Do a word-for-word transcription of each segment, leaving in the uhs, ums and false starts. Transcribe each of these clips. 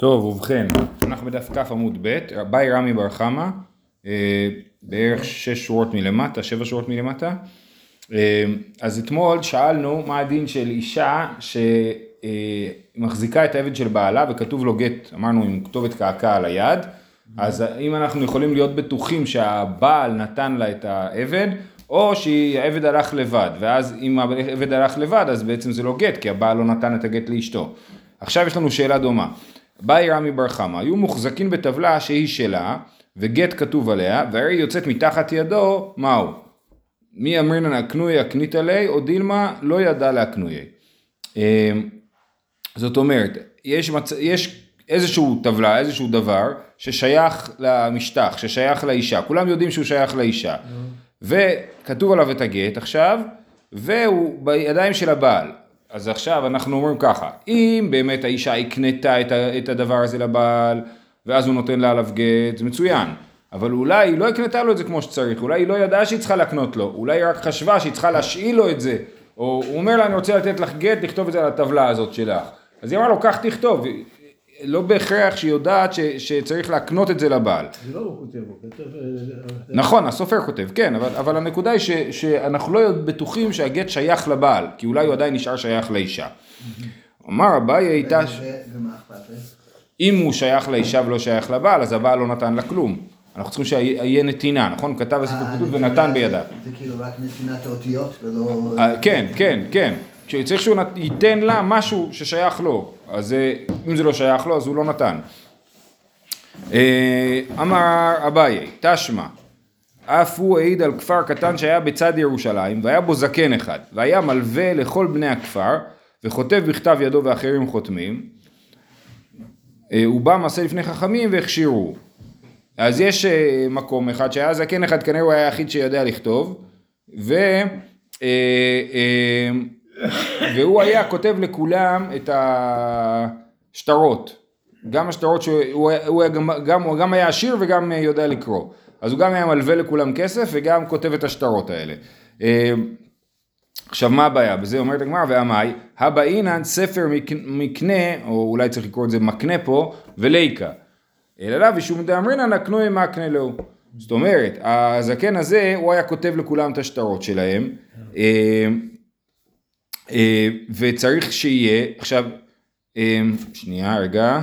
טוב, ובכן, אנחנו בדף כף עמוד ב', באי רמי בר חמא, בערך שש שורות מלמטה, שבע שורות מלמטה. אז אתמול שאלנו מה הדין של אישה שמחזיקה את העבד של בעלה וכתוב לו גט, אמרנו עם כתובת קעקע על היד, אז אם אנחנו יכולים להיות בטוחים שהבעל נתן לה את העבד, או שהעבד הלך לבד, ואז אם העבד הלך לבד אז בעצם זה לא גט, כי הבעל לא נתן את הגט לאשתו. עכשיו יש לנו שאלה דומה. באי רמי בר חמא, היו מוחזקים בטבלה שהיא שלה, וגט כתוב עליה, והרי יוצאת מתחת ידו, מהו? מי אמרינן הקנוי הקנית עלי, או דילמה לא ידע להקנוי. זאת אומרת, יש, מצ... יש איזשהו טבלה, איזשהו דבר, ששייך למשטח, ששייך לאישה, כולם יודעים שהוא שייך לאישה, וכתוב עליו את הגט עכשיו, והוא בידיים של הבעל. אז עכשיו אנחנו אומרים ככה, אם באמת האישה הקנתה את הדבר הזה לבעל, ואז הוא נותן לה עליו גט, זה מצוין. אבל אולי היא לא הקנתה לו את זה כמו שצריך, אולי היא לא ידעה שהיא צריכה לקנות לו, אולי היא רק חשבה שהיא צריכה להשאיל לו את זה, או הוא אומר לה, אני רוצה לתת לך גט, לכתוב את זה על הטבלה הזאת שלך. אז היא אמרה לו, כך תכתוב, לא בהכרח שהיא יודעת ש, שצריך להקנות את זה לבעל. זה לא הוא כותב, הוא כותב... נכון, הסופר כותב, כן, אבל, אבל הנקודה היא ש, שאנחנו לא בטוחים שהגט שייך לבעל, כי אולי הוא עדיין נשאר שייך לאישה. אמר, אביי הייתה... ומה אכפת? אם הוא שייך לאישה ולא שייך לבעל, אז הבעל לא נתן לה כלום. אנחנו צריכים שיהיה נתינה, נכון? הוא כתב בספר כתוב ונתן בידיו. זה כאילו רק נתינת האותיות ולא... כן, כן, כן. כשצריך שהוא ייתן לה משהו ששייך לו, אז אם זה לא שייך לו, אז הוא לא נתן. אמר אביי, תשמע, אף הוא העיד על כפר קטן שהיה בצד ירושלים, והיה בו זקן אחד, והיה מלווה לכל בני הכפר, וכותב בכתב ידו ואחרים חותמים, הוא בא מעשה לפני חכמים והכשירו. אז יש מקום אחד שהיה זקן אחד, כנראה הוא היה היחיד שיודע לכתוב, ו... והוא היה כותב לכולם את השטרות, גם השטרות שהוא הוא גם, גם, הוא גם היה עשיר וגם יודע לקרוא, אז הוא גם היה מלווה לכולם כסף וגם כותב את השטרות האלה. עכשיו מה הבעיה? בזה אומרת הגמרא, ואמי, הבאינן ספר מקנה, או אולי צריך לקרוא את זה מקנה פה, וליקה. אלא לה ושום דאמרינן הקנוי מקנה לו. זאת אומרת, הזקן הזה הוא היה כותב לכולם את השטרות שלהם, וצריך שיהיה, עכשיו, שנייה רגע,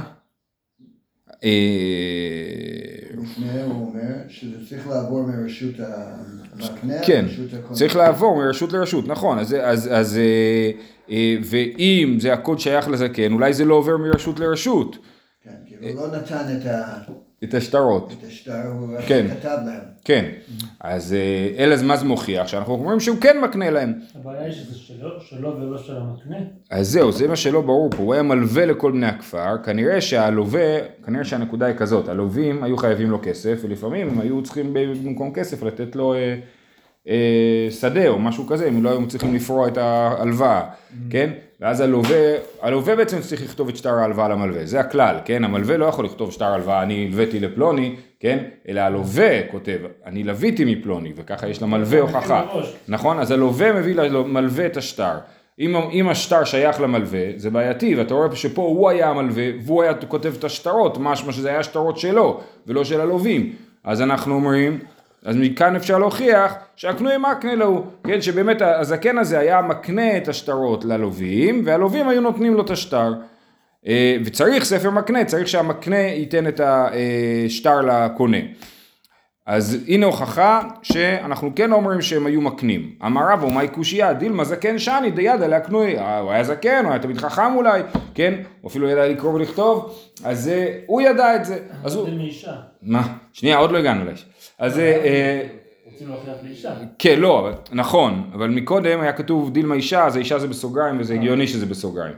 לפני הוא אומר שזה צריך לעבור מרשות המקנה, כן, לרשות צריך לעבור מרשות לרשות, נכון, אז, אז, אז, ואם זה הקוד שייך לזקן, אולי זה לא עובר מרשות לרשות. כן, כי הוא לא נתן את ה... את השטרות. את השטר, הוא רק כן. כתב להם. כן, אז אלא אז מה זה מוכיח? שאנחנו אומרים שהוא כן מקנה להם. הבעיה היא שזה שלו, שלו ולא של המקנה. אז זהו, זה מה שלא ברור פה, הוא היה מלווה לכל בני הכפר, כנראה שהלווה, כנראה שהנקודה היא כזאת, הלווים היו חייבים לו כסף, ולפעמים הם היו צריכים במקום כסף לתת לו אה, אה, שדה או משהו כזה, הם לא היו צריכים לפרוע את ההלוואה, כן? ואז הלווה, הלווה בעצם צריך לכתוב את שטר ההלוואה למלווה, זה הכלל, כן? המלווה לא יכול לכתוב שטר ההלוואה, אני לוויתי לפלוני, כן? אלא הלווה כותב, אני לוויתי מפלוני, וככה יש למלווה הוכחה, נכון? אז הלווה מביא למלווה את השטר, אם, אם השטר שייך למלווה, זה בעייתי, ואתה רואה שפה הוא היה המלווה, והוא היה כותב את השטרות, משמע שזה היה שטרות שלו, ולא של הלווים, אז אנחנו אומרים, אז מכאן אפשר להוכיח שהקנוי מקנה לו, כן, שבאמת הזקן הזה היה מקנה את השטרות ללווים, והלווים היו נותנים לו את השטר, וצריך ספר מקנה, צריך שהמקנה ייתן את השטר לקונה. אז הנה הוכחה שאנחנו כן אומרים שהם היו מקנים. אמר רב, ומאי קושיה, דילמה זקן שני דיד עליה קנוי, הוא היה זקן, הוא היה תמיד חכם אולי, כן, הוא אפילו ידע לקרוא ולכתוב, אז הוא ידע את זה. אז הוא... מאישה. מה? שנייה, עוד לא הגענו לאיש. אז... רוצים להוכיח לאישה. כן, לא, נכון, אבל מקודם היה כתוב דילמה אישה, אז האישה זה בסוגריים, וזה הגיוני שזה בסוגריים.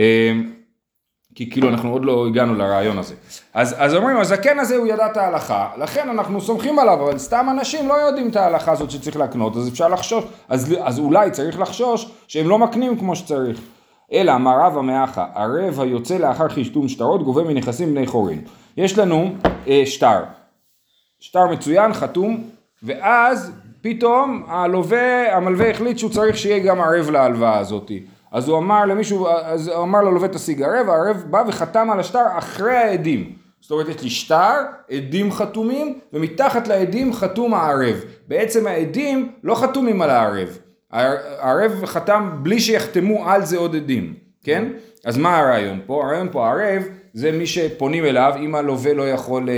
כי כאילו אנחנו עוד לא הגענו לרעיון הזה. אז, אז אומרים, הזקן הזה הוא ידע את ההלכה, לכן אנחנו סומכים עליו, אבל סתם אנשים לא יודעים את ההלכה הזאת שצריך להקנות, אז אפשר לחשוש, אז, אז אולי צריך לחשוש שהם לא מקנים כמו שצריך. אלא אמר רב המאחה, ערב היוצא לאחר חישתום שטרות גובה מנכסים בני חורין. יש לנו אה, שטר, שטר מצוין, חתום, ואז פתאום הלווה, המלווה החליט שהוא צריך שיהיה גם ערב להלוואה הזאת. אז הוא אמר למישהו, אז הוא אמר ללווה תשיג ערב, הערב בא וחתם על השטר אחרי העדים. זאת אומרת, יש לי שטר, עדים חתומים, ומתחת לעדים חתום הערב. בעצם העדים לא חתומים על הערב. הערב חתם בלי שיחתמו על זה עוד עדים, כן? אז מה הרעיון פה? הרעיון פה, הערב זה מי שפונים אליו, אם הלווה לא יכול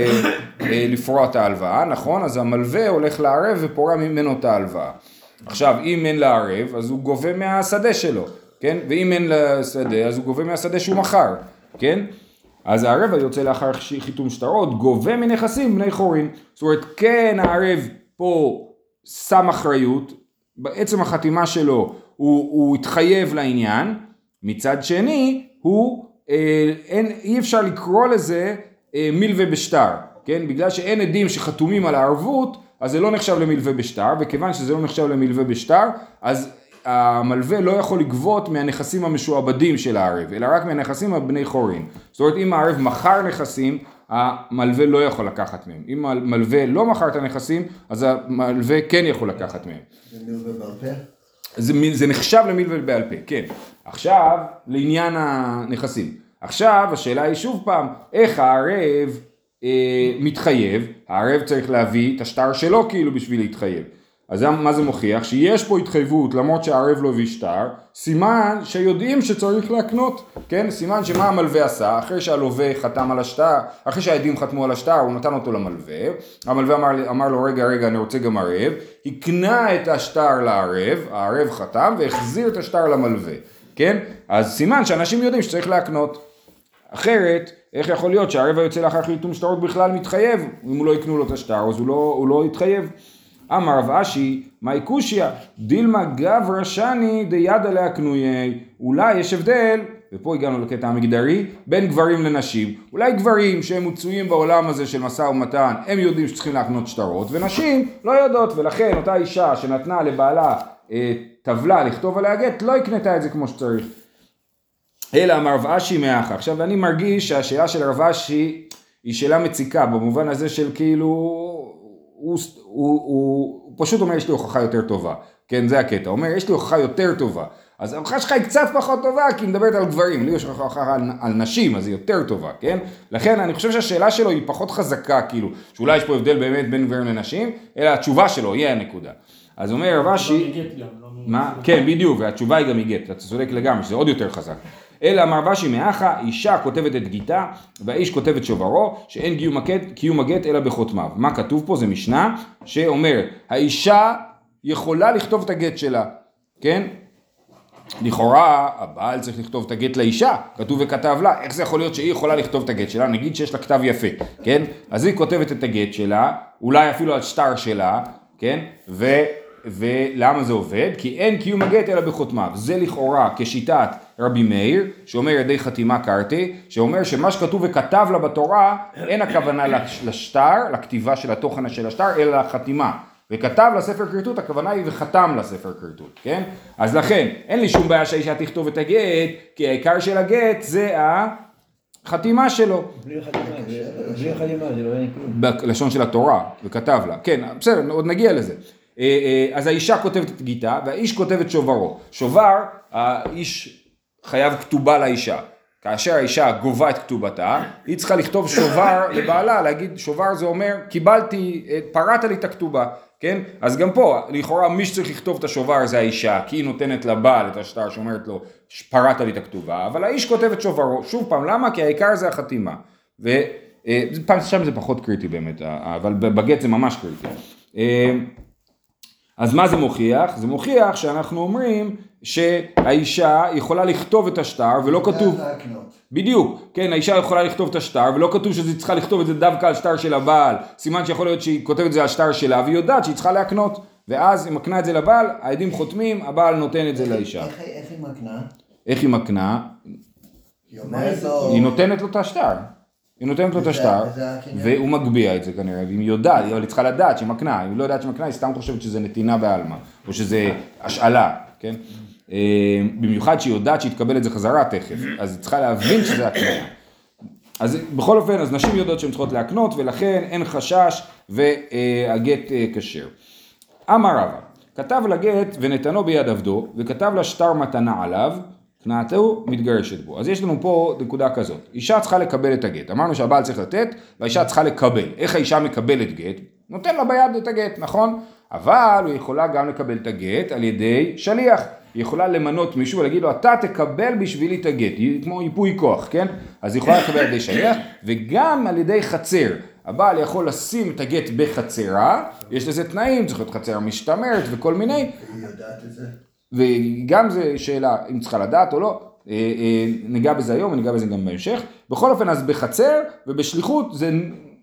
לפרוע את ההלוואה, נכון? אז המלווה הולך לערב ופורע ממנו את ההלוואה. עכשיו, אם אין לערב, אז הוא גובה מהשדה שלו, כן? ואם אין לשדה, אז הוא גובה מהשדה שהוא מכר, כן? אז הערב יוצא לאחר חיתום שטרות, גובה מנכסים בני חורין. זאת אומרת, כן, הערב פה שם אחריות, בעצם החתימה שלו הוא, הוא התחייב לעניין, מצד שני, הוא, אה, אין, אי אפשר לקרוא לזה אה, מלווה בשטר, כן? בגלל שאין עדים שחתומים על הערבות, אז זה לא נחשב למלווה בשטר, וכיוון שזה לא נחשב למלווה בשטר, אז המלווה לא יכול לגבות מהנכסים המשועבדים של הערב, אלא רק מהנכסים הבני חורין. זאת אומרת, אם הערב מכר נכסים, המלווה לא יכול לקחת מהם. אם המלווה לא מכר את הנכסים, אז המלווה כן יכול לקחת מהם. זה מלווה בעל פה? זה, זה נחשב למלווה בעל פה, כן. עכשיו, לעניין הנכסים. עכשיו, השאלה היא שוב פעם, איך הערב אה, מתחייב? הערב צריך להביא את השטר שלו כאילו בשביל להתחייב. אז מה זה מוכיח? שיש פה התחייבות, למרות שהערב לא הביא שטר, סימן שיודעים שצריך להקנות, כן? סימן שמה המלווה עשה, אחרי שהלווה חתם על השטר, אחרי שהעדים חתמו על השטר, הוא נתן אותו למלווה, המלווה אמר, אמר לו, רגע, רגע, אני רוצה גם ערב, הקנה את השטר לערב, הערב חתם, והחזיר את השטר למלווה, כן? אז סימן שאנשים יודעים שצריך להקנות. אחרת, איך יכול להיות שהערב היוצא לאחר חיתום שטרות בכלל מתחייב, אם הוא לא יקנו לו את השטר, אז הוא לא, הוא לא יתחייב. אמר רב אשי, מאי קושיא, דילמה גברא שני דיד עליה קנויי. אולי יש הבדל, ופה הגענו לקטע המגדרי, בין גברים לנשים. אולי גברים שהם מצויים בעולם הזה של משא ומתן, הם יודעים שצריכים להקנות שטרות, ונשים לא יודעות, ולכן אותה אישה שנתנה לבעלה אה, טבלה לכתוב עליה גט, לא יקנתה את זה כמו שצריך. אלא אמר רב אשי מאחה. עכשיו אני מרגיש שהשאלה של רב אשי היא שאלה מציקה, במובן הזה של כאילו... הוא, הוא, הוא, הוא פשוט אומר, יש לי הוכחה יותר טובה. כן, זה הקטע. הוא אומר, יש לי הוכחה יותר טובה. אז ההוכחה שלך היא קצת פחות טובה, כי היא מדברת על גברים. לי יש הוכחה על, על נשים, אז היא יותר טובה, כן? לכן אני חושב שהשאלה שלו היא פחות חזקה, כאילו, שאולי יש פה הבדל באמת בין גברים לנשים, אלא התשובה שלו היא הנקודה. אז אומר רב אשי... מה? כן, בדיוק, והתשובה היא גם היגט. אתה צודק לגמרי, שזה עוד יותר חזק. אלא אמר רב אשי מאחה, אישה כותבת את גיטה, והאיש כותב את שוברו, שאין קיום הגט, קיום הגט אלא בחותמיו. מה כתוב פה? זה משנה שאומר, האישה יכולה לכתוב את הגט שלה, כן? לכאורה, הבעל צריך לכתוב את הגט לאישה, כתוב וכתב לה, איך זה יכול להיות שהיא יכולה לכתוב את הגט שלה? נגיד שיש לה כתב יפה, כן? אז היא כותבת את הגט שלה, אולי אפילו על שטר שלה, כן? ו... ולמה זה עובד? כי אין קיום הגט אלא בחותמיו. זה לכאורה כשיטת רבי מאיר, שאומר ידי חתימה קרתי, שאומר שמה שכתוב וכתב לה בתורה, אין הכוונה לשטר, לכתיבה של התוכן של השטר, אלא לחתימה. וכתב לספר כריתות, הכוונה היא וחתם לספר כריתות, כן? אז לכן, אין לי שום בעיה שהאישה תכתוב את הגט, כי העיקר של הגט זה החתימה שלו. בלי חתימה, בלי חתימה, זה לא אין כלום. בלשון של התורה, וכתב לה. כן, בסדר, עוד נגיע לזה. אז האישה כותבת את גיטה, והאיש כותב את שוברו. שובר, האיש חייב כתובה לאישה. כאשר האישה גובה את כתובתה, היא צריכה לכתוב שובר לבעלה, להגיד שובר זה אומר, קיבלתי, פרעת לי את הכתובה, כן? אז גם פה, לכאורה מי שצריך לכתוב את השובר זה האישה, כי היא נותנת לבעל את השטר שאומרת לו, פרעת לי את הכתובה, אבל האיש כותב את שוברו. שוב פעם, למה? כי העיקר זה החתימה. ופעם שם זה פחות קריטי באמת, אבל בגט זה ממש קריטי. אז מה זה מוכיח? זה מוכיח שאנחנו אומרים שהאישה יכולה לכתוב את השטר ולא כתוב... בדיוק, כן, האישה יכולה לכתוב את השטר ולא כתוב שהיא צריכה לכתוב את זה דווקא על שטר של הבעל. סימן שיכול להיות שהיא כותבת את זה על שטר שלה והיא יודעת שהיא צריכה להקנות. ואז היא מקנה את זה לבעל, העדים חותמים, הבעל נותן את זה לאישה. איך היא מקנה? איך היא מקנה? היא נותנת לו את השטר. היא נותנת לו את השטר, והוא מגביע את זה כנראה, והיא יודעת, אבל היא צריכה לדעת שהיא מקנה, אם היא לא יודעת שהיא מקנה, היא סתם חושבת שזה נתינה בעלמה, או שזה השאלה, כן? במיוחד שהיא יודעת שהיא תקבל את זה חזרה תכף, אז היא צריכה להבין שזה הקניה. אז בכל אופן, אז נשים יודעות שהן צריכות להקנות, ולכן אין חשש, והגט כשר. אמר רבא, כתב לגט ונתנו ביד עבדו, וכתב לה שטר מתנה עליו, קנאתו מתגרשת בו. אז יש לנו פה נקודה כזאת, אישה צריכה לקבל את הגט, אמרנו שהבעל צריך לתת, והאישה צריכה לקבל. איך האישה מקבלת גט? נותן לה ביד את הגט, נכון? אבל הוא יכולה גם לקבל את הגט על ידי שליח. היא יכולה למנות מישהו ולהגיד לו, אתה תקבל בשבילי את הגט, כמו ייפוי כוח, כן? אז היא יכולה לקבל על ידי שליח, וגם על ידי חצר. הבעל יכול לשים את הגט בחצרה, יש לזה תנאים, צריך להיות חצרה משתמרת וכל מיני. היא יודעת את זה? וגם זה שאלה אם צריכה לדעת או לא, ניגע בזה היום וניגע בזה גם בהמשך. בכל אופן, אז בחצר ובשליחות זה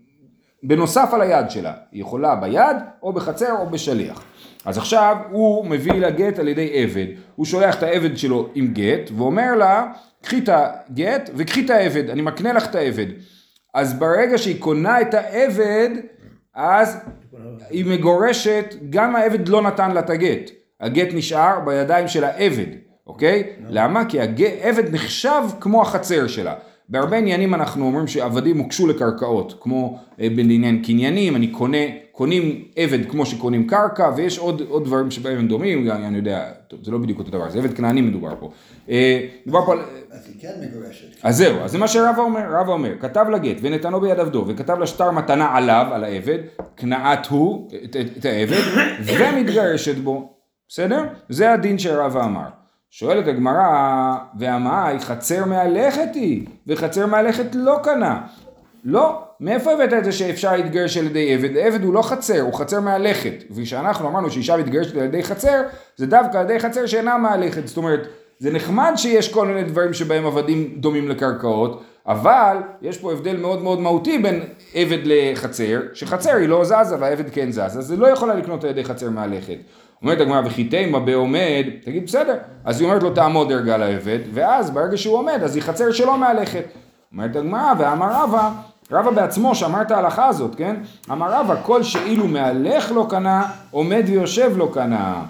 בנוסף על היד שלה. היא יכולה ביד או בחצר או בשליח. אז עכשיו הוא מביא לה גט על ידי עבד. הוא שולח את העבד שלו עם גט ואומר לה, קחי את הגט וקחי את העבד, אני מקנה לך את העבד. אז ברגע שהיא קונה את העבד, אז היא מגורשת, גם העבד לא נתן לה את הגט. הגט נשאר בידיים של העבד, אוקיי? למה? כי העבד נחשב כמו החצר שלה. בהרבה עניינים אנחנו אומרים שעבדים הוקשו לקרקעות, כמו בעניין קניינים, אני קונה, קונים עבד כמו שקונים קרקע, ויש עוד, עוד דברים שבהם הם דומים, אני יודע, טוב, זה לא בדיוק אותו דבר, זה עבד כנעני מדובר פה. מדובר פה על... אז היא כן מגורשת. אז זהו, אז זה מה שרבא אומר, רבא אומר, כתב לגט ונתנו ביד עבדו, וכתב לשטר מתנה עליו, על העבד, קנאת הוא, את, את העבד, ומתגרשת בו. בסדר? זה הדין שרבא אמר. שואלת הגמרא, והמאי חצר מהלכת היא, וחצר מהלכת לא קנה. לא, מאיפה הבאת את זה שאפשר להתגרש על ידי עבד? עבד הוא לא חצר, הוא חצר מהלכת. וכשאנחנו אמרנו שאישה מתגרשת על ידי חצר, זה דווקא על ידי חצר שאינה מהלכת. זאת אומרת, זה נחמד שיש כל מיני דברים שבהם עבדים דומים לקרקעות, אבל יש פה הבדל מאוד מאוד מהותי בין עבד לחצר, שחצר היא לא זזה והעבד כן זז, אז זה לא יכולה לקנות על ידי חצר מהלכת. אומרת הגמרא, וחיתימה בעומד, תגיד בסדר, אז היא אומרת לו תעמוד רגע על העבד, ואז ברגע שהוא עומד, אז היא חצר שלא מהלכת. אומרת הגמרא, ואמר רבא, רבא בעצמו שאמר את ההלכה הזאת, כן? אמר רבא, כל שאילו מהלך לא קנה, עומד ויושב לא קנה.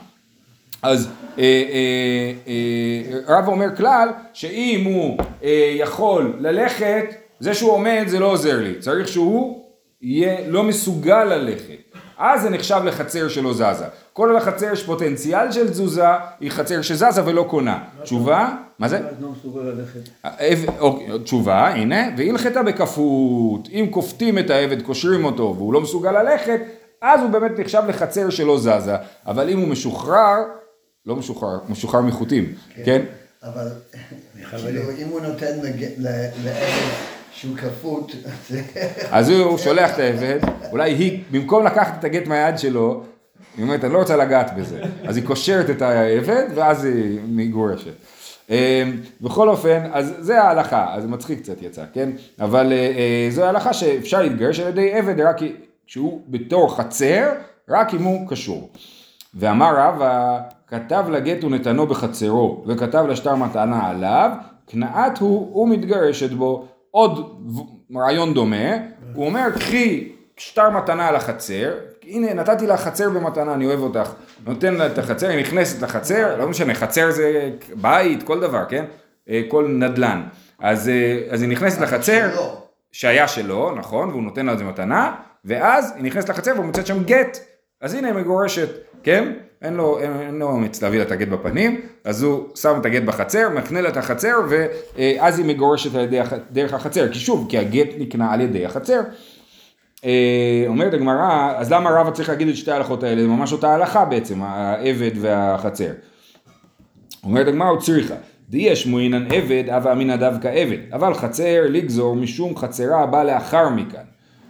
אז אה, אה, אה, רבא אומר כלל, שאם הוא אה, יכול ללכת, זה שהוא עומד זה לא עוזר לי, צריך שהוא יהיה לא מסוגל ללכת. אז זה נחשב לחצר שלא זזה. כל החצר יש פוטנציאל של תזוזה, היא חצר שזזה ולא קונה. תשובה? מה זה? לא מסוגל ללכת. תשובה, הנה, והלכתה בכפות. אם כופתים את העבד, קושרים אותו, והוא לא מסוגל ללכת, אז הוא באמת נחשב לחצר שלא זזה. אבל אם הוא משוחרר, לא משוחרר, משוחרר מחוטים, כן? אבל כאילו, אם הוא נותן לעבד שהוא כפות, אז הוא שולח את העבד, אולי היא, במקום לקחת את הגט מהיד שלו, היא אומרת, אני לא רוצה לגעת בזה. אז היא קושרת את העבד, ואז היא מגורשת. בכל אופן, אז זה ההלכה, אז זה מצחיק קצת יצא, כן? אבל זו ההלכה שאפשר להתגרש על ידי עבד, רק כשהוא בתור חצר, רק אם הוא קשור. ואמר רבא, כתב לגט ונתנו בחצרו, וכתב לשטר מתנה עליו, קנאת הוא ומתגרשת בו. עוד רעיון דומה, הוא אומר, קחי שטר מתנה על החצר, הנה נתתי לה חצר במתנה, אני אוהב אותך, נותן לה את החצר, היא נכנסת לחצר, לא משנה, חצר זה בית, כל דבר, כן? כל נדלן. אז, אז היא נכנסת לחצר, שהיה שלו, נכון, והוא נותן לה את זה מתנה, ואז היא נכנסת לחצר ומוצאת שם גט, אז הנה היא מגורשת, כן? אין לו, אין לו אומץ להביא לה את הגט בפנים, אז הוא שם את הגט בחצר, מקנה לה את החצר, ואז היא מגורשת על ידי, דרך החצר, כי שוב, כי הגט נקנה על ידי החצר. אומרת הגמרא, אז למה רבא צריך להגיד את שתי ההלכות האלה? זה ממש אותה הלכה בעצם, העבד והחצר. אומרת הגמרא, הוא צריכה, דיה שמועינן עבד, אבה אמינא דווקא עבד, אבל חצר לגזור משום חצרה הבאה לאחר מכאן.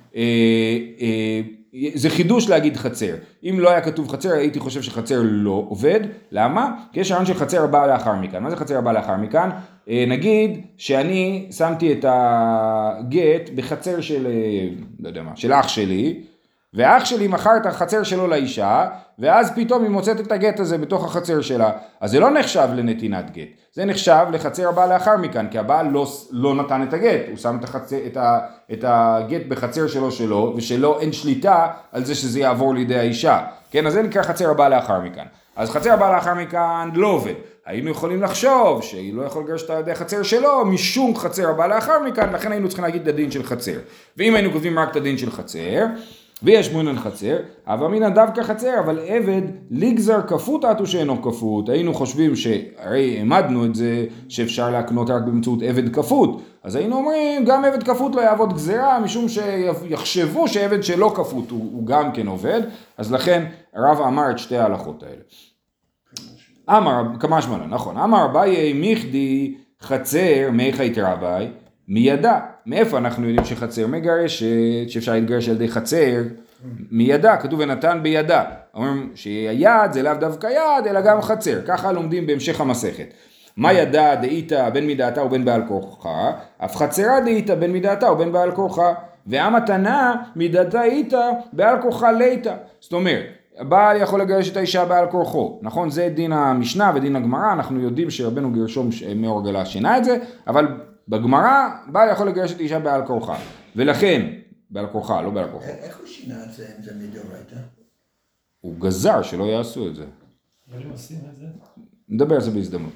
זה חידוש להגיד חצר. אם לא היה כתוב חצר, הייתי חושב שחצר לא עובד. למה? כי יש רעיון של חצר הבאה לאחר מכאן. מה זה חצר הבאה לאחר מכאן? נגיד שאני שמתי את הגט בחצר של, לא יודע מה, של אח שלי, ואח שלי מכר את החצר שלו לאישה, ואז פתאום היא מוצאת את הגט הזה בתוך החצר שלה. אז זה לא נחשב לנתינת גט. זה נחשב לחצר הבאה לאחר מכאן, כי הבעל לא, לא נתן את הגט. הוא שם את, החצר, את, ה, את הגט בחצר שלו שלו, ושלו אין שליטה על זה שזה יעבור לידי האישה. כן, אז זה נקרא חצר הבאה לאחר מכאן. אז חצר הבאה לאחר מכאן לא עובד. היינו יכולים לחשוב שהיא לא יכול לגרש את הידי החצר שלו, משום חצר הבאה לאחר מכאן, לכן היינו צריכים להגיד את הדין של חצר. ואם היינו כותבים רק את הדין של חצר, ויש מונן חצר, אבל אמינא דווקא חצר, אבל עבד לגזר כפות עטו שאינו כפות. היינו חושבים שהרי העמדנו את זה שאפשר להקנות רק באמצעות עבד כפות, אז היינו אומרים גם עבד כפות לא יעבוד גזרה, משום שיחשבו שעבד שלא כפות הוא, הוא גם כן עובד, אז לכן הרב אמר את שתי ההלכות האלה. אמר, כמה שמונה, נכון, אמר אביי מיכדי חצר מיכה יתר אביי, מידע. מאיפה אנחנו יודעים שחצר מגרשת, שאפשר להתגרש על ידי חצר? מידע, כתוב ונתן בידה. אומרים שהיד זה לאו דווקא יד, אלא גם חצר. ככה לומדים בהמשך המסכת. מה ידע דאיתא בין מדעתה ובין בעל כורחה, אף חצרה דאיתא בין מדעתה ובין בעל כורחה. והמתנה מדעתה איתא בעל כורחה ליתא. זאת אומרת, הבעל יכול לגרש את האישה בעל כורחו, נכון? זה דין המשנה ודין הגמרא, אנחנו יודעים שרבנו גרשום מאור גלה שינה את זה, אבל בגמרא בעל יכול לגרש את האישה בעל כורחה, ולכן, בעל כורחה, לא בעל כורחו. איך הוא שינה את זה אם זה מדאורייתא? הוא גזר שלא יעשו את זה. אבל אם עושים את זה? נדבר על זה בהזדמנות.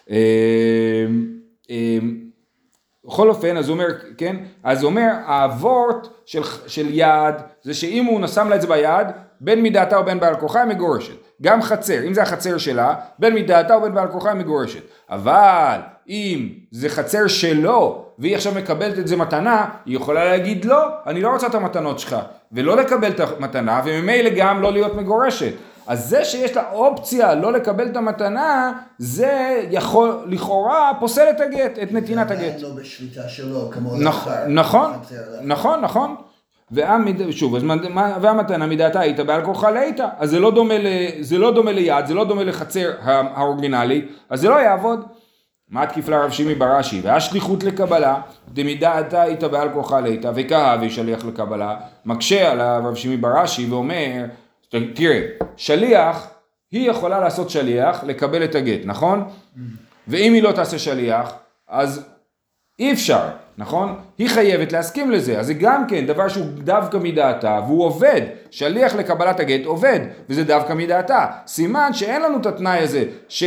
בכל אופן, אז הוא אומר, כן? אז הוא אומר, האבות של, של יד, זה שאם הוא שם לה את זה ביד, בין מדעתה ובין בעל כורחה היא מגורשת. גם חצר, אם זה החצר שלה, בין מדעתה ובין בעל כורחה היא מגורשת. אבל אם זה חצר שלו, והיא עכשיו מקבלת את זה מתנה, היא יכולה להגיד לא, אני לא רוצה את המתנות שלך, ולא לקבל את המתנה, וממילא גם לא להיות מגורשת. אז זה שיש לה אופציה לא לקבל את המתנה, זה יכול, לכאורה, פוסל את הגט, את נתינת הגט. זה עדיין לא בשליטה שלו, כמו נכון, נכון, נכון, נכון. שוב, והמתנה מדעתה הייתה בעל כורחה לאיתה, אז זה לא דומה, זה לא דומה ליד, זה לא דומה לחצר האורגינלי, אז זה לא יעבוד. מה תקיף לה רב שימי ברש"י? והשליחות לקבלה, דמדעתה הייתה בעל כורחה לאיתה, וכאב וישליח לקבלה, מקשה על רב שימי ברש"י ואומר, תראה, שליח, היא יכולה לעשות שליח לקבל את הגט, נכון? ואם היא לא תעשה שליח, אז אי אפשר, נכון? היא חייבת להסכים לזה, אז זה גם כן דבר שהוא דווקא מדעתה, והוא עובד, שליח לקבלת הגט עובד, וזה דווקא מדעתה. סימן שאין לנו את התנאי הזה,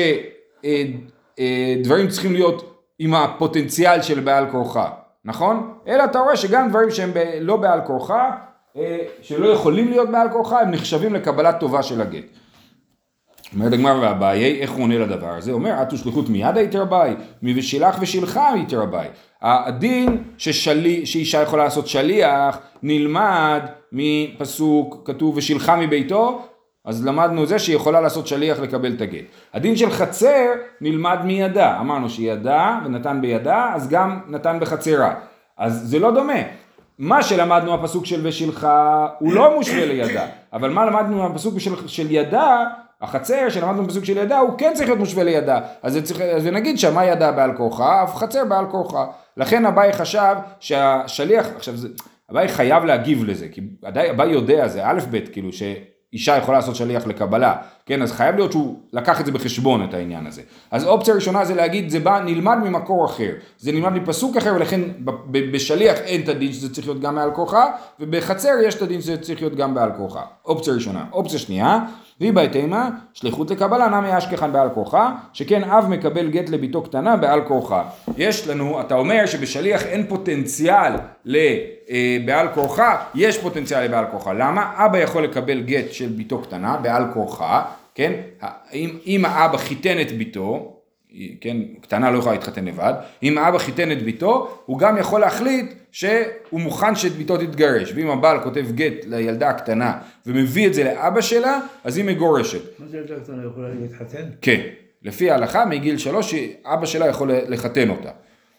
שדברים צריכים להיות עם הפוטנציאל של בעל כורחה, נכון? אלא אתה רואה שגם דברים שהם לא בעל כורחה, שלא יכולים להיות בעל כורחה, הם נחשבים לקבלת טובה של הגט. אומרת הגמרא והבעיה, איך הוא עונה לדבר הזה? אומר, עטו שליחות מיד היתר ביי, מבשילח ושילחה היתר ביי. הדין ששלי, שאישה יכולה לעשות שליח, נלמד מפסוק, כתוב ושילחה מביתו, אז למדנו זה שהיא יכולה לעשות שליח לקבל את הגט. הדין של חצר נלמד מידה, אמרנו שהיא ידה ונתן בידה, אז גם נתן בחצרה. אז זה לא דומה. מה שלמדנו הפסוק של ושילחה הוא לא מושווה לידה, אבל מה למדנו הפסוק של, של ידה, החצר שלמדנו בפסוק של ידה, הוא כן צריך להיות מושווה לידה, אז, צריך, אז נגיד שמה ידה בעל כורחה, אף חצר בעל כורחה. לכן אביי חשב שהשליח, עכשיו זה, אביי חייב להגיב לזה, כי אביי יודע, זה א' ב' כאילו שאישה יכולה לעשות שליח לקבלה, כן, אז חייב להיות שהוא לקח את זה בחשבון את העניין הזה. אז אופציה ראשונה זה להגיד, זה בא, נלמד ממקור אחר, זה נלמד מפסוק אחר, ולכן בשליח אין את הדין שזה צריך להיות גם בעל כורחה, ובחצר יש את הדין שזה צריך להיות גם בעל כורחה. אופציה ראשונה. אופציה שנייה, והיא בהתאמה, שליחות לקבלה נמי אשכחן בעל כורחה, שכן אב מקבל גט לביתו קטנה בעל כורחה. יש לנו, אתה אומר שבשליח אין פוטנציאל לבעל כורחה, יש פוטנציאל לבעל כורחה. למה? אבא יכול לקבל גט של ביתו קטנה בעל כורחה, כן? אם, אם האבא חיתן את ביתו, כן, קטנה לא יכולה להתחתן לבד, אם האבא חיתן את ביתו, הוא גם יכול להחליט שהוא מוכן שאת ביתו תתגרש, ואם הבעל כותב גט לילדה הקטנה, ומביא את זה לאבא שלה, אז היא מגורשת. מה זה ילדה קטנה יכולה להתחתן? כן, לפי ההלכה, מגיל שלוש, אבא שלה יכול לחתן אותה.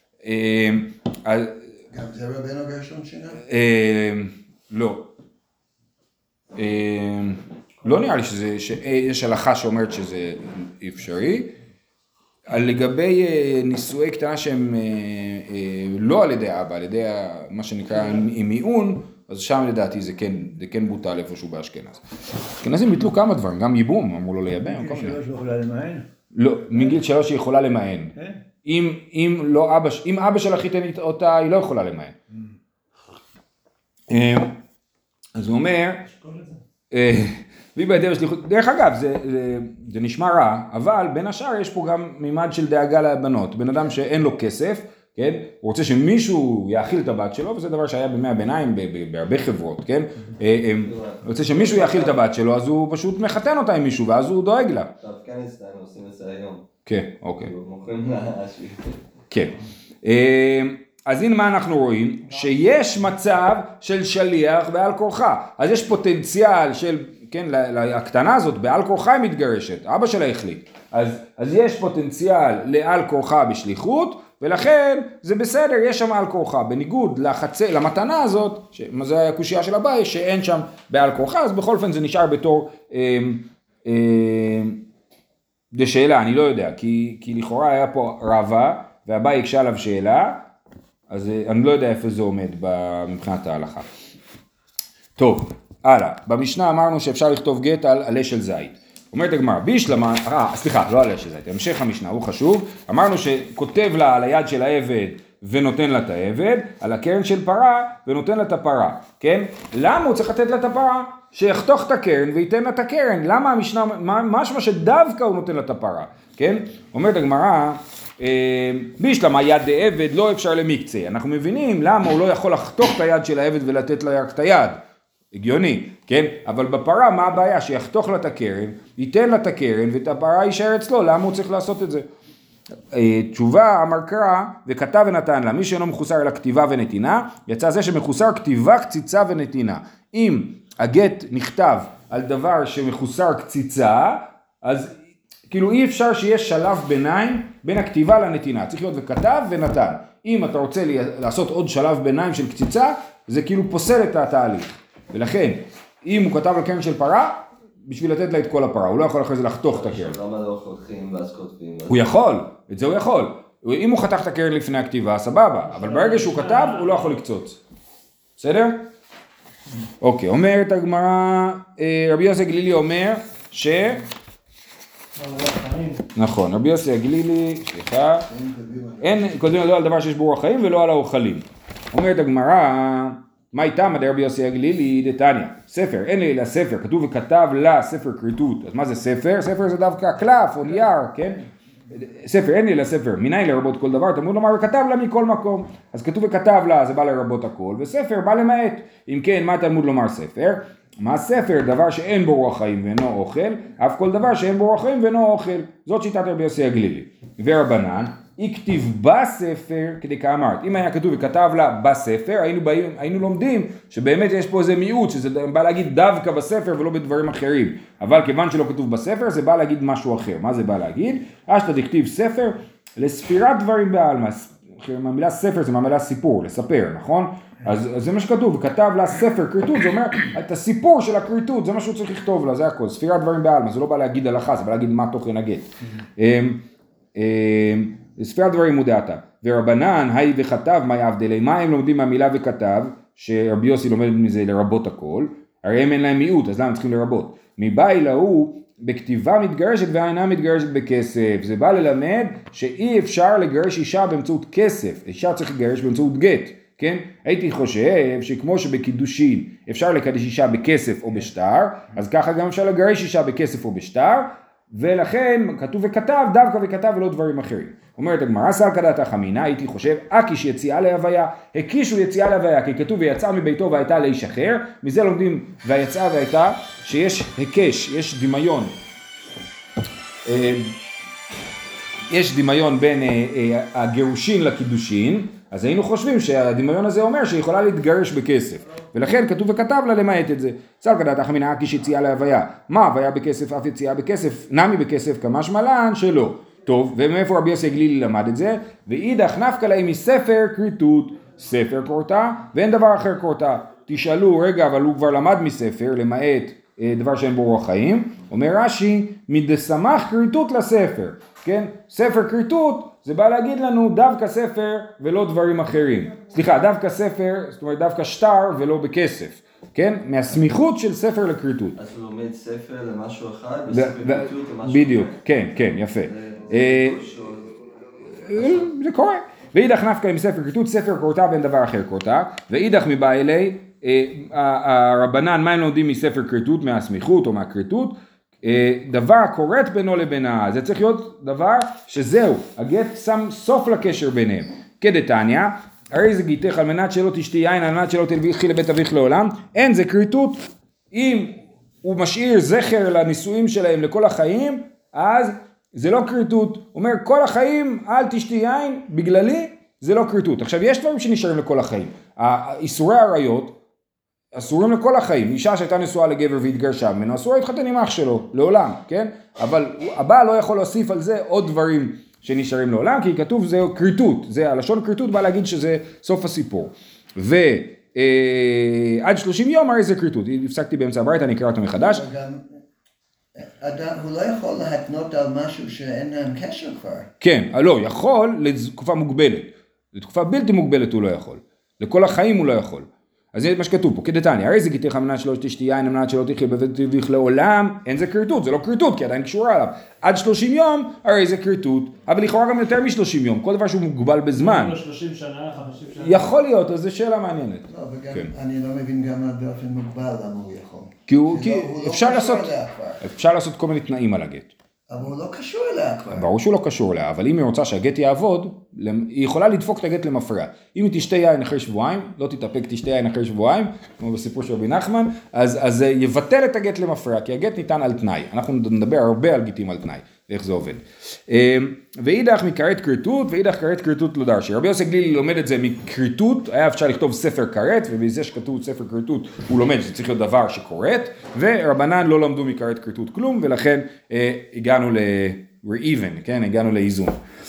גם זה רבנו גרשון שינה? לא. לא נראה לי שזה, שיש הלכה שאומרת שזה אפשרי. לגבי נישואי קטנה שהם לא על ידי אבא, על ידי מה שנקרא עם מיעון, אז שם לדעתי זה כן, זה כן בוטל איפשהו באשכנז. אשכנזים ביטלו כמה דברים, גם ייבום, אמרו לו לייבם. מגיל שלוש לא יכולה למען? לא, מגיל שלוש היא יכולה למען. אם, אם לא אבא, אם אבא שלה חיתן אותה, היא לא יכולה למען. אז הוא אומר, דרך אגב, זה, זה, זה נשמע רע, אבל בין השאר יש פה גם מימד של דאגה לבנות. בן אדם שאין לו כסף, כן? הוא רוצה שמישהו יאכיל את הבת שלו, וזה דבר שהיה בימי הביניים בהרבה חברות, כן? הוא רוצה שמישהו יאכיל את הבת שלו, אז הוא פשוט מחתן אותה עם מישהו, ואז הוא דואג לה. באפגניסטן עושים את זה היום. כן, אוקיי. מוכרים לאשי. כן. אז הנה מה אנחנו רואים, שיש מצב של שליח בעל כורחה, אז יש פוטנציאל של, כן, הקטנה הזאת בעל כורחה היא מתגרשת, אבא שלה החליט, אז, אז יש פוטנציאל לעל כורחה בשליחות, ולכן זה בסדר, יש שם על כורחה, בניגוד לחצה, למתנה הזאת, שזה הקושייה של הבית, שאין שם בעל כורחה, אז בכל אופן זה נשאר בתור, אה, אה, זה שאלה, אני לא יודע, כי, כי לכאורה היה פה רבה, והבא יקשה עליו שאלה, אז אני לא יודע איפה זה עומד מבחינת ההלכה. טוב, הלאה. במשנה אמרנו שאפשר לכתוב גט על עלה של זית. אומרת הגמרא, בישלמה, אה, סליחה, לא עלה של זית, המשך המשנה, הוא חשוב. אמרנו שכותב לה על היד של העבד ונותן לה את העבד, על הקרן של פרה ונותן לה את הפרה, כן? למה הוא צריך לתת לה את הפרה? שיחתוך את הקרן וייתן לה את הקרן. למה המשנה, משמע שדווקא הוא נותן לה את הפרה, כן? אומרת הגמרא, בישלמה יד לעבד לא אפשר למקצה. אנחנו מבינים למה הוא לא יכול לחתוך את היד של העבד ולתת לה רק את היד. הגיוני, כן? אבל בפרה מה הבעיה? שיחתוך לה את הקרן, ייתן לה את הקרן ואת הפרה יישאר אצלו. למה הוא צריך לעשות את זה? תשובה אמר קרא וכתב ונתן לה. מי שאינו מחוסר אלא כתיבה ונתינה, יצא זה שמחוסר כתיבה, קציצה ונתינה. אם הגט נכתב על דבר שמחוסר קציצה, אז כאילו אי אפשר שיש שלב ביניים בין הכתיבה לנתינה, צריך להיות וכתב ונתן. אם אתה רוצה לעשות עוד שלב ביניים של קציצה, זה כאילו פוסל את התהליך. ולכן, אם הוא כתב על קרן של פרה, בשביל לתת לה את כל הפרה, הוא לא יכול אחרי זה לחתוך את הקרן. למה לא חותכים ואז כותבים? הוא יכול, את זה הוא יכול. אם הוא חתך את הקרן לפני הכתיבה, סבבה, אבל ברגע שהוא כתב, הוא לא יכול לקצוץ. בסדר? אוקיי, אומרת הגמרא, רבי יוסי הגלילי אומר ש... נכון, רבי יוסי הגלילי, סליחה, אין קודמים לא על דבר שיש בו רוח חיים ולא על האוכלים. אומרת הגמרא, מה איתה מדי רבי יוסי הגלילי דתניא? ספר, אין לי אלא ספר, כתוב וכתב לה ספר כריתות. אז מה זה ספר? ספר זה דווקא קלף או נייר, כן? ספר, אין לי אלא ספר, מניין לרבות כל דבר, תמוד לומר וכתב לה מכל מקום. אז כתוב וכתב לה, זה בא לרבות הכל, וספר בא למעט. אם כן, מה תלמוד לומר ספר? מה ספר? דבר שאין בו רוח חיים ואינו אוכל, אף כל דבר שאין בו רוח חיים ואינו אוכל. זאת שיטת רבי יוסי הגלילי. ורבנן, היא כתיב בספר, כדי כאמרת, אם היה כתוב וכתב לה בספר, היינו, באים, היינו לומדים שבאמת יש פה איזה מיעוט, שזה בא להגיד דווקא בספר ולא בדברים אחרים. אבל כיוון שלא כתוב בספר, זה בא להגיד משהו אחר. מה זה בא להגיד? אשתא דכתיב ספר לספירת דברים בעלמא. המילה ספר זה מהמילה סיפור, לספר, נכון? אז, אז זה מה שכתוב, וכתב לה ספר כריתות, זה אומר את הסיפור של הכריתות, זה מה שהוא צריך לכתוב לה, זה הכל, ספירת דברים בעלמא, זה לא בא להגיד הלכה, זה בא להגיד מה תוכן הגט. ספירת דברים מודעתה, ורבנן, היי וכתב, מה יעבדלי, מה הם לומדים מהמילה וכתב, שרבי יוסי לומד מזה לרבות הכל, הרי הם אין להם מיעוט, אז למה הם צריכים לרבות? מבאי להוא, בכתיבה מתגרשת ואינה מתגרשת בכסף, זה בא ללמד שאי אפשר לגרש אישה באמצעות כסף, אישה צריך לגרש באמצעות גט, כן? הייתי חושב שכמו שבקידושין אפשר לקדש אישה בכסף או בשטר, אז ככה גם אפשר לגרש אישה בכסף או בשטר, ולכן כתוב וכתב, דווקא וכתב ולא דברים אחרים. אומרת הגמרא, סלקא דעתך אמינא, הייתי חושב, אקיש יציאה להוויה, הקישו יציאה להוויה, כי כתוב ויצא מביתו והייתה לאיש אחר, מזה לומדים והיצאה והייתה, שיש הקש, יש דמיון. יש דמיון בין הגירושין לקידושין, אז היינו חושבים שהדמיון הזה אומר שהיא יכולה להתגרש בכסף. ולכן כתוב וכתב לה למעט את זה. סלקא דעתך אמינא, אקיש יציאה להוויה. מה הוויה בכסף, אף יציאה בכסף, נמי בכסף, כמשמע לן שלא. טוב, ומאיפה רבי יוסי הגלילי למד את זה? ואידך נפקא ליה מספר כריתות, ספר כורתה, ואין דבר אחר כורתה. תשאלו, רגע, אבל הוא כבר למד מספר, למעט אה, דבר שאין בו רוח חיים. אומר רש"י, מדסמך כריתות לספר, כן? ספר כריתות, זה בא להגיד לנו דווקא ספר ולא דברים אחרים. סליחה, דווקא ספר, זאת אומרת דווקא שטר ולא בכסף. כן? מהסמיכות של ספר לכריתות. אז הוא לומד ספר למשהו אחד, וספר כריתות למשהו בדיוק, כן, כן, יפה. זה קורה. ואידך נפקא עם ספר כריתות, ספר כורתה ואין דבר אחר כורתה, ואידך מבעלי, הרבנן, מה הם לומדים מספר כריתות, מהסמיכות או מהכריתות? דבר קורט בינו לבינה, זה צריך להיות דבר שזהו, הגט שם סוף לקשר ביניהם. כדתניא, הרי זה גיתך על מנת שלא תשתי יין, על מנת שלא תלכי לבית אביך לעולם, אין זה כריתות. אם הוא משאיר זכר לנישואים שלהם לכל החיים, אז זה לא כריתות. הוא אומר, כל החיים אל תשתי יין, בגללי זה לא כריתות. עכשיו, יש דברים שנשארים לכל החיים. איסורי עריות, אסורים לכל החיים. אישה שהייתה נשואה לגבר והתגרשה ממנו, אסור להתחתן עם אח שלו, לעולם, כן? אבל הבעל לא יכול להוסיף על זה עוד דברים שנשארים לעולם, כי כתוב זה כריתות. זה, הלשון כריתות בא להגיד שזה סוף הסיפור. ו... עד שלושים יום הרי זה כריתות. הפסקתי באמצע הברייתא, אני אקרא אותו מחדש. גם אדם, הוא לא יכול להתנות על משהו שאין להם קשר כבר. כן, לא, יכול לתקופה מוגבלת. לתקופה בלתי מוגבלת הוא לא יכול. לכל החיים הוא לא יכול. אז זה מה שכתוב פה, כדתניא, הרי זה גיתך על מנת שלא תשתי יין, על מנת שלא תחיה בבית אביך לעולם, אין זה כריתות, זה לא כריתות, כי עדיין קשורה עליו. עד שלושים יום, הרי זה כריתות, אבל לכאורה גם יותר מ-שלושים יום, כל דבר שהוא מוגבל בזמן. שלושים שנה, חמישים שנה. יכול להיות, אז זו שאלה מעניינת. לא, וגם, אני לא מבין גם באופן מוגבל למה הוא יכול. כי הוא, כי לא, אפשר לא לעשות, אפשר לעשות כל מיני תנאים על הגט. אבל הוא לא קשור אליה כבר. ברור שהוא לא קשור אליה, אבל אם היא רוצה שהגט יעבוד, היא יכולה לדפוק את הגט למפרע. אם היא תשתה יין אחרי שבועיים, לא תתאפק, תשתה יין אחרי שבועיים, כמו בסיפור של רבי נחמן, אז, אז זה יבטל את הגט למפרע, כי הגט ניתן על תנאי. אנחנו נדבר הרבה על גטים על תנאי, ואיך זה עובד. ואידך מכרת כריתות, ואידך כרת כריתות לא דרשי. רבי יוסי גלילי לומד את זה מכריתות, היה אפשר לכתוב ספר כרת, ובזה שכתוב ספר כריתות, הוא לומד שזה צריך להיות דבר שכורת, ורבנן לא למדו מכרת כריתות כלום, ולכן אה, הגענו ל-even, כן? הגענו לאיזון.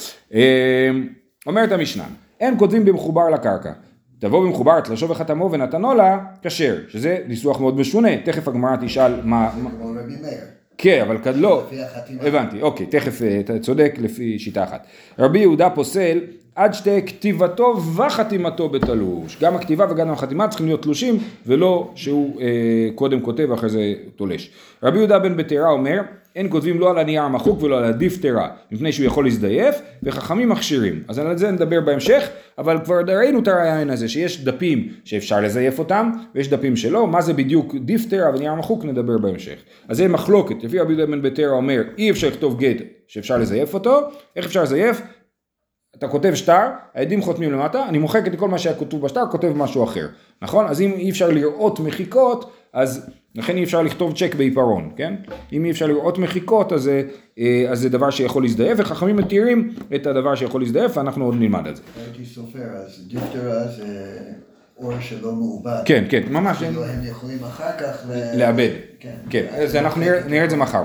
אה, אומרת המשנה, אין כותבים במחובר לקרקע. תבוא במחובר, תלשו וחתמו ונתנו לה, כשר, שזה ניסוח מאוד משונה. תכף הגמרא תשאל מה... כמו רבי מאיר. כן, אבל כד לא, לפי החתימה. הבנתי, אוקיי, תכף אתה צודק לפי שיטה אחת. רבי יהודה פוסל עד שתי כתיבתו וחתימתו בתלוש. גם הכתיבה וגם החתימה צריכים להיות תלושים, ולא שהוא אה, קודם כותב ואחרי זה תולש. רבי יהודה בן בתרה אומר, אין כותבים לא על הנייר המחוק ולא על הדיפטרה, מפני שהוא יכול להזדייף, וחכמים מכשירים. אז על זה נדבר בהמשך, אבל כבר ראינו את הרעיון הזה, שיש דפים שאפשר לזייף אותם, ויש דפים שלא, מה זה בדיוק דיפטרה ונייר מחוק נדבר בהמשך. אז זה מחלוקת, לפי רבי יהודה בן בתרה אומר, אי אפשר לכתוב גט שאפשר לזייף אותו, איך אפשר לזייף? אתה כותב שטר, העדים חותמים למטה, אני מוחק את כל מה שהיה כתוב בשטר, כותב משהו אחר, נכון? אז אם אי אפשר לראות מחיקות, אז לכן אי אפשר לכתוב צ'ק בעיפרון, כן? אם אי אפשר לראות מחיקות, אז, אז זה דבר שיכול להזדייף, וחכמים מתירים את הדבר שיכול להזדייף, ואנחנו עוד נלמד על זה. הייתי סופר, אז דיפטרה זה אור שלא מעובד. כן, כן, ממש. כאילו הם יכולים אחר כך לאבד. כן. כן, אז אנחנו נראה את זה מחר.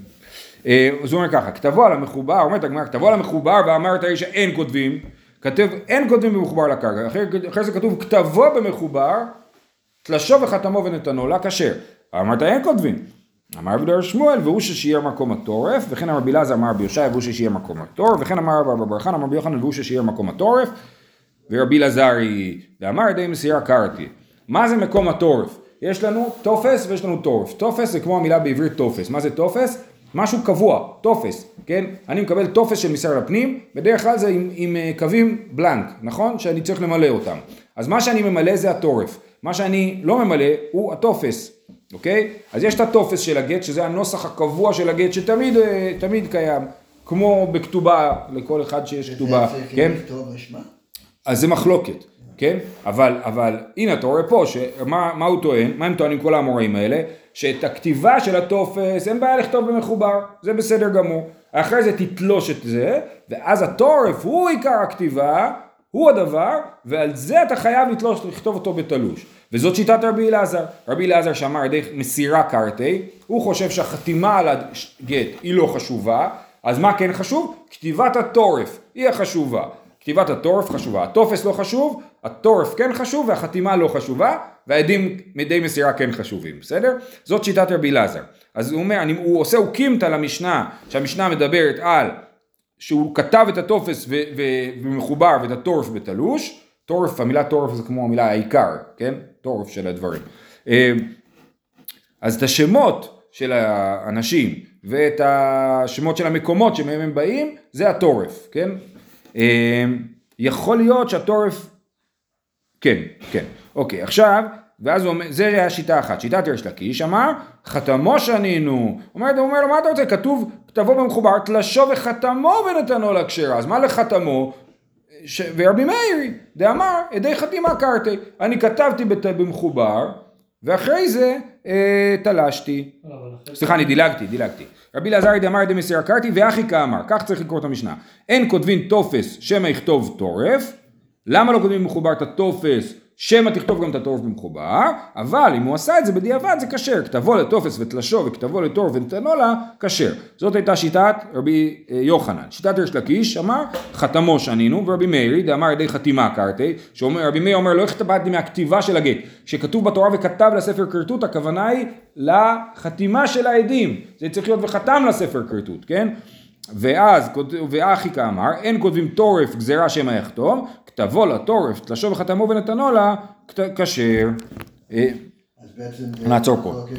אז הוא אומר ככה, כתבו על המחובר, אומרת הגמרא, כתבו על המחובר ואמרת הרי שאין כותבים, כתב אין כותבים במחובר לקרקע, אחרי, אחרי זה כתוב כתבו במחובר, תלשו וחתמו ונתנו לה כשר, אמרת אין כותבים, אמר רבי דרש שמואל והוא ששיער מקום הטורף, וכן אמר רבי אלעזר אמר רבי יושע והוא ששיער מקום הטורף, וכן אמר רבי בר חנא אמר רבי יוחנן והוא ששיער מקום הטורף, ורבי אלעזרי ואמר ידי מסירה קרתי. מה זה מקום הטורף? יש לנו תופס ויש לנו טורף. תופס זה כמו המילה בעברית תופס. מה זה תופס? משהו קבוע, תופס, כן? אני מקבל תופס של משרד הפנים, בדרך כלל זה עם, עם קווים בלנק, נכון? שאני צריך למלא אותם. אז מה שאני ממלא זה התורף. מה שאני לא ממלא הוא התופס, אוקיי? אז יש את התופס של הגט, שזה הנוסח הקבוע של הגט, שתמיד תמיד קיים, כמו בכתובה, לכל אחד שיש כתובה, כן? אז זה מחלוקת, כן? אבל, אבל הנה אתה רואה פה, שמה, מה הוא טוען? מה הם טוענים כל האמוראים האלה? שאת הכתיבה של התופס, אין בעיה לכתוב במחובר, זה בסדר גמור. אחרי זה תתלוש את זה, ואז התורף הוא עיקר הכתיבה, הוא הדבר, ועל זה אתה חייב לתלוש, לכתוב אותו בתלוש. וזאת שיטת רבי אלעזר. רבי אלעזר שאמר דרך מסירה קרתי, הוא חושב שהחתימה על הגט היא לא חשובה, אז מה כן חשוב? כתיבת התורף היא החשובה. כתיבת התורף חשובה, התופס לא חשוב, התורף כן חשוב והחתימה לא חשובה, והעדים מדי מסירה כן חשובים, בסדר? זאת שיטת רבי אלעזר. אז הוא אומר, אני, הוא עושה אוקימתא למשנה, שהמשנה מדברת על, שהוא כתב את התופס ו, ו, ומחובר ואת התורף בתלוש, תורף, המילה תורף זה כמו המילה העיקר, כן? תורף של הדברים. אז את השמות של האנשים ואת השמות של המקומות שמהם הם באים, זה התורף, כן? יכול להיות שהתורף, כן, כן, אוקיי, עכשיו, ואז הוא אומר, זה היה השיטה אחת, שיטת ריש לקיש, אמר, חתמו שנינו, אומר, הוא אומר לו, מה אתה רוצה? כתוב, תבוא במחובר, תלשו וחתמו ונתנו לכשרה, אז מה לחתמו? ש... ורבי מאיר, דאמר, עדי חתימה קרתי, אני כתבתי בת... במחובר, ואחרי זה אה, תלשתי. סליחה, אני דילגתי, דילגתי. רבי אלעזר דאמר עדי מסירה קרתי, ואחי כאמר, כך צריך לקרוא את המשנה. אין כותבים תופס, שמא יכתוב טורף, למה לא כותבים במחובר את התופס, שמא תכתוב גם את הטורף במחובר, אבל אם הוא עשה את זה בדיעבד זה כשר, כתבו לטופס ותלשו וכתבו לטורף ונתנולה, כשר. זאת הייתה שיטת רבי יוחנן. שיטת ריש לקיש אמר, חתמו שנינו, ורבי מאיר דאמר ידי חתימה קרתי, שרבי מאיר אומר לא הכתבתי מהכתיבה של הגט, שכתוב בתורה וכתב לספר כרטוט, הכוונה היא לחתימה של העדים, זה צריך להיות וחתם לספר כרטוט, כן? ואז, ואחי כאמר, אין כותבים טורף גזירה שמא יכתוב, כתבו לטורף, תלשו וחתמו ונתנו לה, כשר. אז בעצם... נעצור פה.